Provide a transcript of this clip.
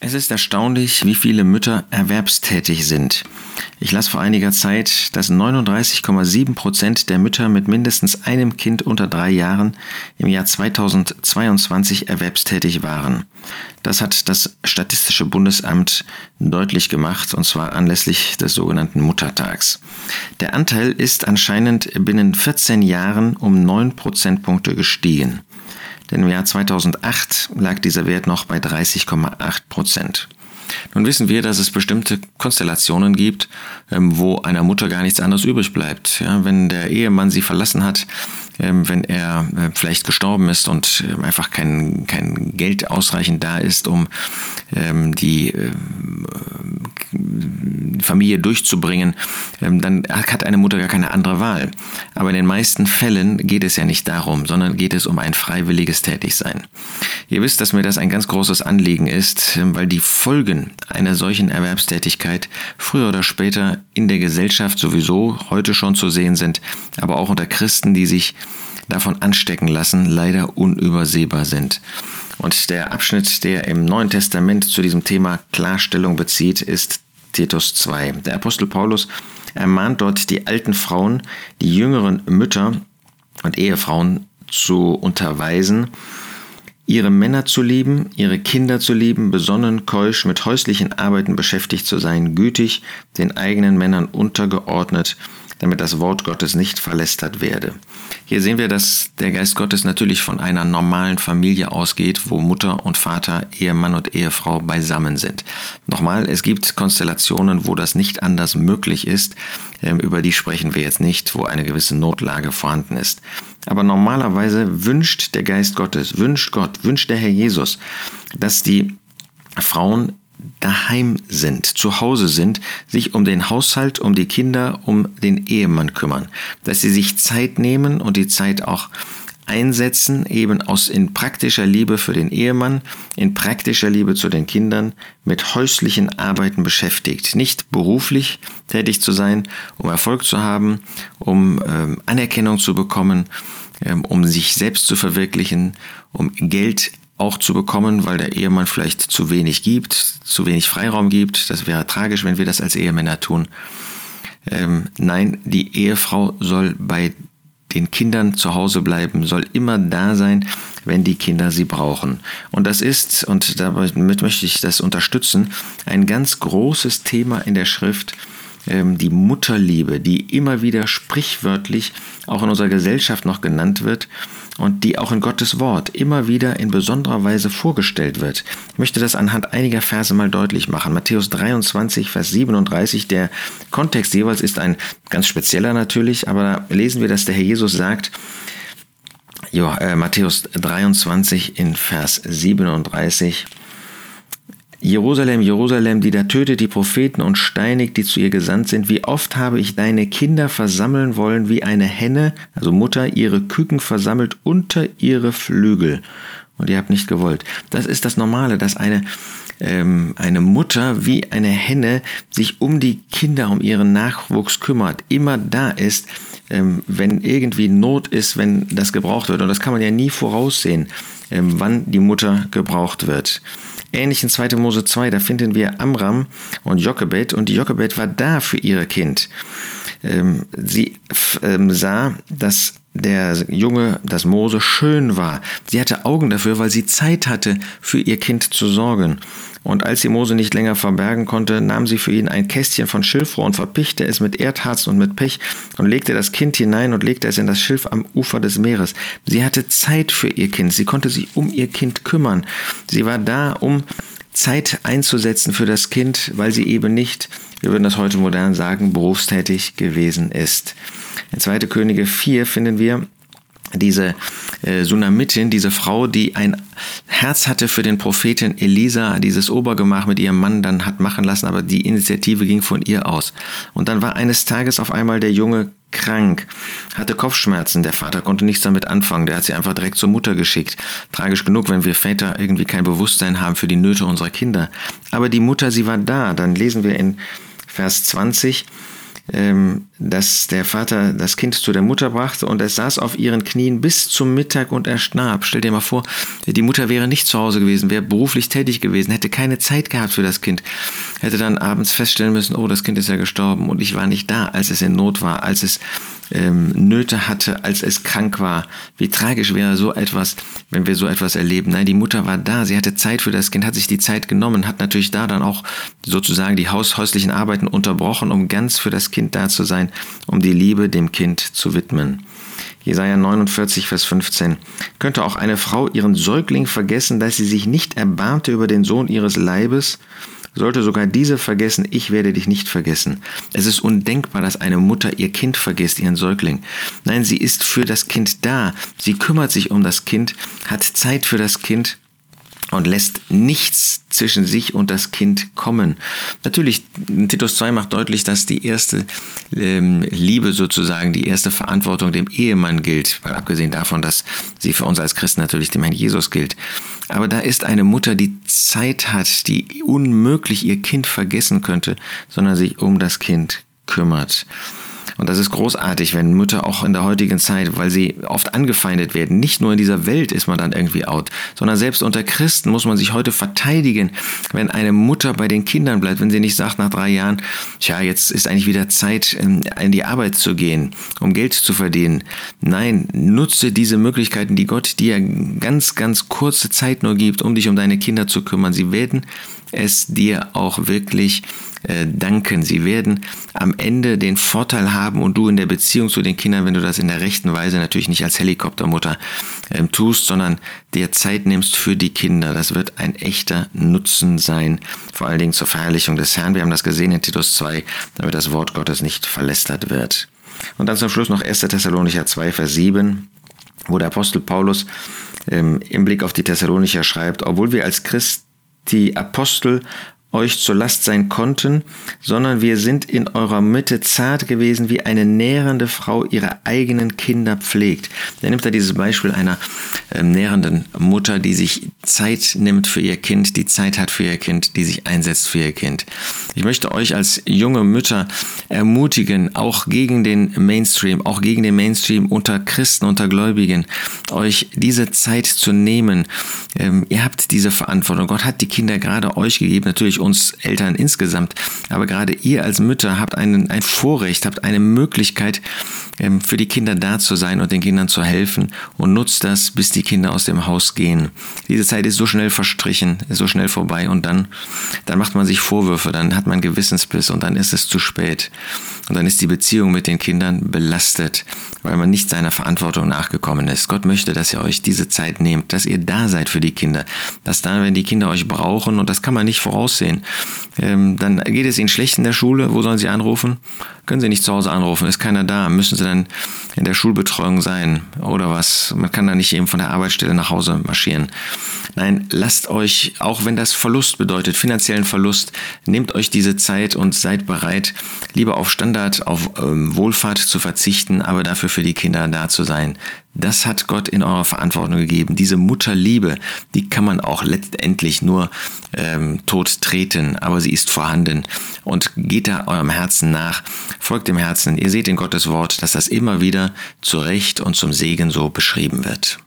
Es ist erstaunlich, wie viele Mütter erwerbstätig sind. Ich las vor einiger Zeit, dass 39,7% der Mütter mit mindestens einem Kind unter 3 Jahren im Jahr 2022 erwerbstätig waren. Das hat das Statistische Bundesamt deutlich gemacht, und zwar anlässlich des sogenannten Muttertags. Der Anteil ist anscheinend binnen 14 Jahren um 9 Prozentpunkte gestiegen. Denn im Jahr 2008 lag dieser Wert noch bei 30,8%. Nun wissen wir, dass es bestimmte Konstellationen gibt, wo einer Mutter gar nichts anderes übrig bleibt. Ja, wenn der Ehemann sie verlassen hat, wenn er vielleicht gestorben ist und einfach kein Geld ausreichend da ist, um die Familie durchzubringen, dann hat eine Mutter gar keine andere Wahl. Aber in den meisten Fällen geht es ja nicht darum, sondern geht es um ein freiwilliges Tätigsein. Ihr wisst, dass mir das ein ganz großes Anliegen ist, weil die Folgen einer solchen Erwerbstätigkeit früher oder später in der Gesellschaft sowieso heute schon zu sehen sind, aber auch unter Christen, die sich davon anstecken lassen, leider unübersehbar sind. Und der Abschnitt, der im Neuen Testament zu diesem Thema Klarstellung bezieht, ist Titus 2. Der Apostel Paulus ermahnt dort die alten Frauen, die jüngeren Mütter und Ehefrauen zu unterweisen, ihre Männer zu lieben, ihre Kinder zu lieben, besonnen, keusch, mit häuslichen Arbeiten beschäftigt zu sein, gütig, den eigenen Männern untergeordnet, damit das Wort Gottes nicht verlästert werde. Hier sehen wir, dass der Geist Gottes natürlich von einer normalen Familie ausgeht, wo Mutter und Vater, Ehemann und Ehefrau beisammen sind. Nochmal, es gibt Konstellationen, wo das nicht anders möglich ist. Über die sprechen wir jetzt nicht, wo eine gewisse Notlage vorhanden ist. Aber normalerweise wünscht der Geist Gottes, wünscht Gott, wünscht der Herr Jesus, dass die Frauen daheim sind, zu Hause sind, sich um den Haushalt, um die Kinder, um den Ehemann kümmern. Dass sie sich Zeit nehmen und die Zeit auch einsetzen, eben in praktischer Liebe für den Ehemann, in praktischer Liebe zu den Kindern, mit häuslichen Arbeiten beschäftigt. Nicht beruflich tätig zu sein, um Erfolg zu haben, um Anerkennung zu bekommen, um sich selbst zu verwirklichen, um Geld auch zu bekommen, weil der Ehemann vielleicht zu wenig gibt, zu wenig Freiraum gibt. Das wäre tragisch, wenn wir das als Ehemänner tun. Nein, die Ehefrau soll bei den Kindern zu Hause bleiben, soll immer da sein, wenn die Kinder sie brauchen. Und das ist, und damit möchte ich das unterstützen, ein ganz großes Thema in der Schrift, die Mutterliebe, die immer wieder sprichwörtlich auch in unserer Gesellschaft noch genannt wird und die auch in Gottes Wort immer wieder in besonderer Weise vorgestellt wird. Ich möchte das anhand einiger Verse mal deutlich machen. Matthäus 23, Vers 37, der Kontext jeweils ist ein ganz spezieller natürlich, aber da lesen wir, dass der Herr Jesus sagt, Matthäus 23 in Vers 37, Jerusalem, Jerusalem, die da tötet die Propheten und steinigt, die zu ihr gesandt sind. Wie oft habe ich deine Kinder versammeln wollen, wie eine Henne, also Mutter, ihre Küken versammelt unter ihre Flügel. Und ihr habt nicht gewollt. Das ist das Normale, dass eine Mutter wie eine Henne sich um die Kinder, um ihren Nachwuchs kümmert, immer da ist, wenn irgendwie Not ist, wenn das gebraucht wird. Und das kann man ja nie voraussehen, wann die Mutter gebraucht wird. Ähnlich in 2. Mose 2, da finden wir Amram und Jochebed, und die Jochebed war da für ihr Kind. Sie sah, dass der Junge, das Mose, schön war. Sie hatte Augen dafür, weil sie Zeit hatte, für ihr Kind zu sorgen. Und als sie Mose nicht länger verbergen konnte, nahm sie für ihn ein Kästchen von Schilfrohr und verpichte es mit Erdharz und mit Pech und legte das Kind hinein und legte es in das Schilf am Ufer des Meeres. Sie hatte Zeit für ihr Kind. Sie konnte sich um ihr Kind kümmern. Sie war da, um Zeit einzusetzen für das Kind, weil sie eben nicht, wir würden das heute modern sagen, berufstätig gewesen ist. In 2. Könige 4 finden wir diese Sunamitin, diese Frau, die ein Herz hatte für den Propheten Elisa, dieses Obergemach mit ihrem Mann dann hat machen lassen, aber die Initiative ging von ihr aus. Und dann war eines Tages auf einmal der Junge krank, hatte Kopfschmerzen, der Vater konnte nichts damit anfangen, der hat sie einfach direkt zur Mutter geschickt. Tragisch genug, wenn wir Väter irgendwie kein Bewusstsein haben für die Nöte unserer Kinder. Aber die Mutter, sie war da. Dann lesen wir in Vers 20, dass der Vater das Kind zu der Mutter brachte und es saß auf ihren Knien bis zum Mittag und er starb. Stell dir mal vor, die Mutter wäre nicht zu Hause gewesen, wäre beruflich tätig gewesen, hätte keine Zeit gehabt für das Kind, hätte dann abends feststellen müssen, oh, das Kind ist ja gestorben und ich war nicht da, als es in Not war, als es Nöte hatte, als es krank war. Wie tragisch wäre so etwas, wenn wir so etwas erleben. Nein, die Mutter war da, sie hatte Zeit für das Kind, hat sich die Zeit genommen, hat natürlich da dann auch sozusagen die häuslichen Arbeiten unterbrochen, um ganz für das Kind da zu sein, um die Liebe dem Kind zu widmen. Jesaja 49, Vers 15. Könnte auch eine Frau ihren Säugling vergessen, dass sie sich nicht erbarmte über den Sohn ihres Leibes? Sollte sogar diese vergessen, ich werde dich nicht vergessen. Es ist undenkbar, dass eine Mutter ihr Kind vergisst, ihren Säugling. Nein, sie ist für das Kind da. Sie kümmert sich um das Kind, hat Zeit für das Kind und lässt nichts zwischen sich und das Kind kommen. Natürlich, Titus 2 macht deutlich, dass die erste Liebe sozusagen, die erste Verantwortung dem Ehemann gilt, weil abgesehen davon, dass sie für uns als Christen natürlich dem Herrn Jesus gilt. Aber da ist eine Mutter, die Zeit hat, die unmöglich ihr Kind vergessen könnte, sondern sich um das Kind kümmert. Und das ist großartig, wenn Mütter auch in der heutigen Zeit, weil sie oft angefeindet werden, nicht nur in dieser Welt ist man dann irgendwie out, sondern selbst unter Christen muss man sich heute verteidigen, wenn eine Mutter bei den Kindern bleibt, wenn sie nicht sagt nach 3 Jahren, tja, jetzt ist eigentlich wieder Zeit, in die Arbeit zu gehen, um Geld zu verdienen. Nein, nutze diese Möglichkeiten, die Gott dir ganz, ganz kurze Zeit nur gibt, um dich um deine Kinder zu kümmern. Sie werden es dir auch wirklich danken. Sie werden am Ende den Vorteil haben und du in der Beziehung zu den Kindern, wenn du das in der rechten Weise natürlich nicht als Helikoptermutter tust, sondern dir Zeit nimmst für die Kinder. Das wird ein echter Nutzen sein, vor allen Dingen zur Verherrlichung des Herrn. Wir haben das gesehen in Titus 2, damit das Wort Gottes nicht verlästert wird. Und dann zum Schluss noch 1. Thessalonicher 2, Vers 7, wo der Apostel Paulus im Blick auf die Thessalonicher schreibt, obwohl wir als Christi Apostel euch zur Last sein konnten, sondern wir sind in eurer Mitte zart gewesen, wie eine nährende Frau ihre eigenen Kinder pflegt. Da nimmt er dieses Beispiel einer nährenden Mutter, die sich Zeit nimmt für ihr Kind, die Zeit hat für ihr Kind, die sich einsetzt für ihr Kind. Ich möchte euch als junge Mütter ermutigen, auch gegen den Mainstream unter Christen, unter Gläubigen, euch diese Zeit zu nehmen. Ihr habt diese Verantwortung. Gott hat die Kinder gerade euch gegeben, natürlich uns Eltern insgesamt, aber gerade ihr als Mütter habt ein Vorrecht, habt eine Möglichkeit, für die Kinder da zu sein und den Kindern zu helfen und nutzt das, bis die Kinder aus dem Haus gehen. Diese Zeit ist so schnell verstrichen, ist so schnell vorbei und dann macht man sich Vorwürfe, dann hat man Gewissensbiss und dann ist es zu spät. Und dann ist die Beziehung mit den Kindern belastet, weil man nicht seiner Verantwortung nachgekommen ist. Gott möchte, dass ihr euch diese Zeit nehmt, dass ihr da seid für die Kinder, dass dann, wenn die Kinder euch brauchen, und das kann man nicht voraussehen, dann geht es ihnen schlecht in der Schule, wo sollen sie anrufen? Können sie nicht zu Hause anrufen, ist keiner da, müssen sie dann in der Schulbetreuung sein oder was? Man kann da nicht eben von der Arbeitsstelle nach Hause marschieren. Nein, lasst euch, auch wenn das Verlust bedeutet, finanziellen Verlust, nehmt euch diese Zeit und seid bereit, lieber auf Standard, auf Wohlfahrt zu verzichten, aber dafür für die Kinder da zu sein. Das hat Gott in eurer Verantwortung gegeben. Diese Mutterliebe, die kann man auch letztendlich nur tot treten, aber sie ist vorhanden. Und geht da eurem Herzen nach, folgt dem Herzen. Ihr seht in Gottes Wort, dass das immer wieder zu Recht und zum Segen so beschrieben wird.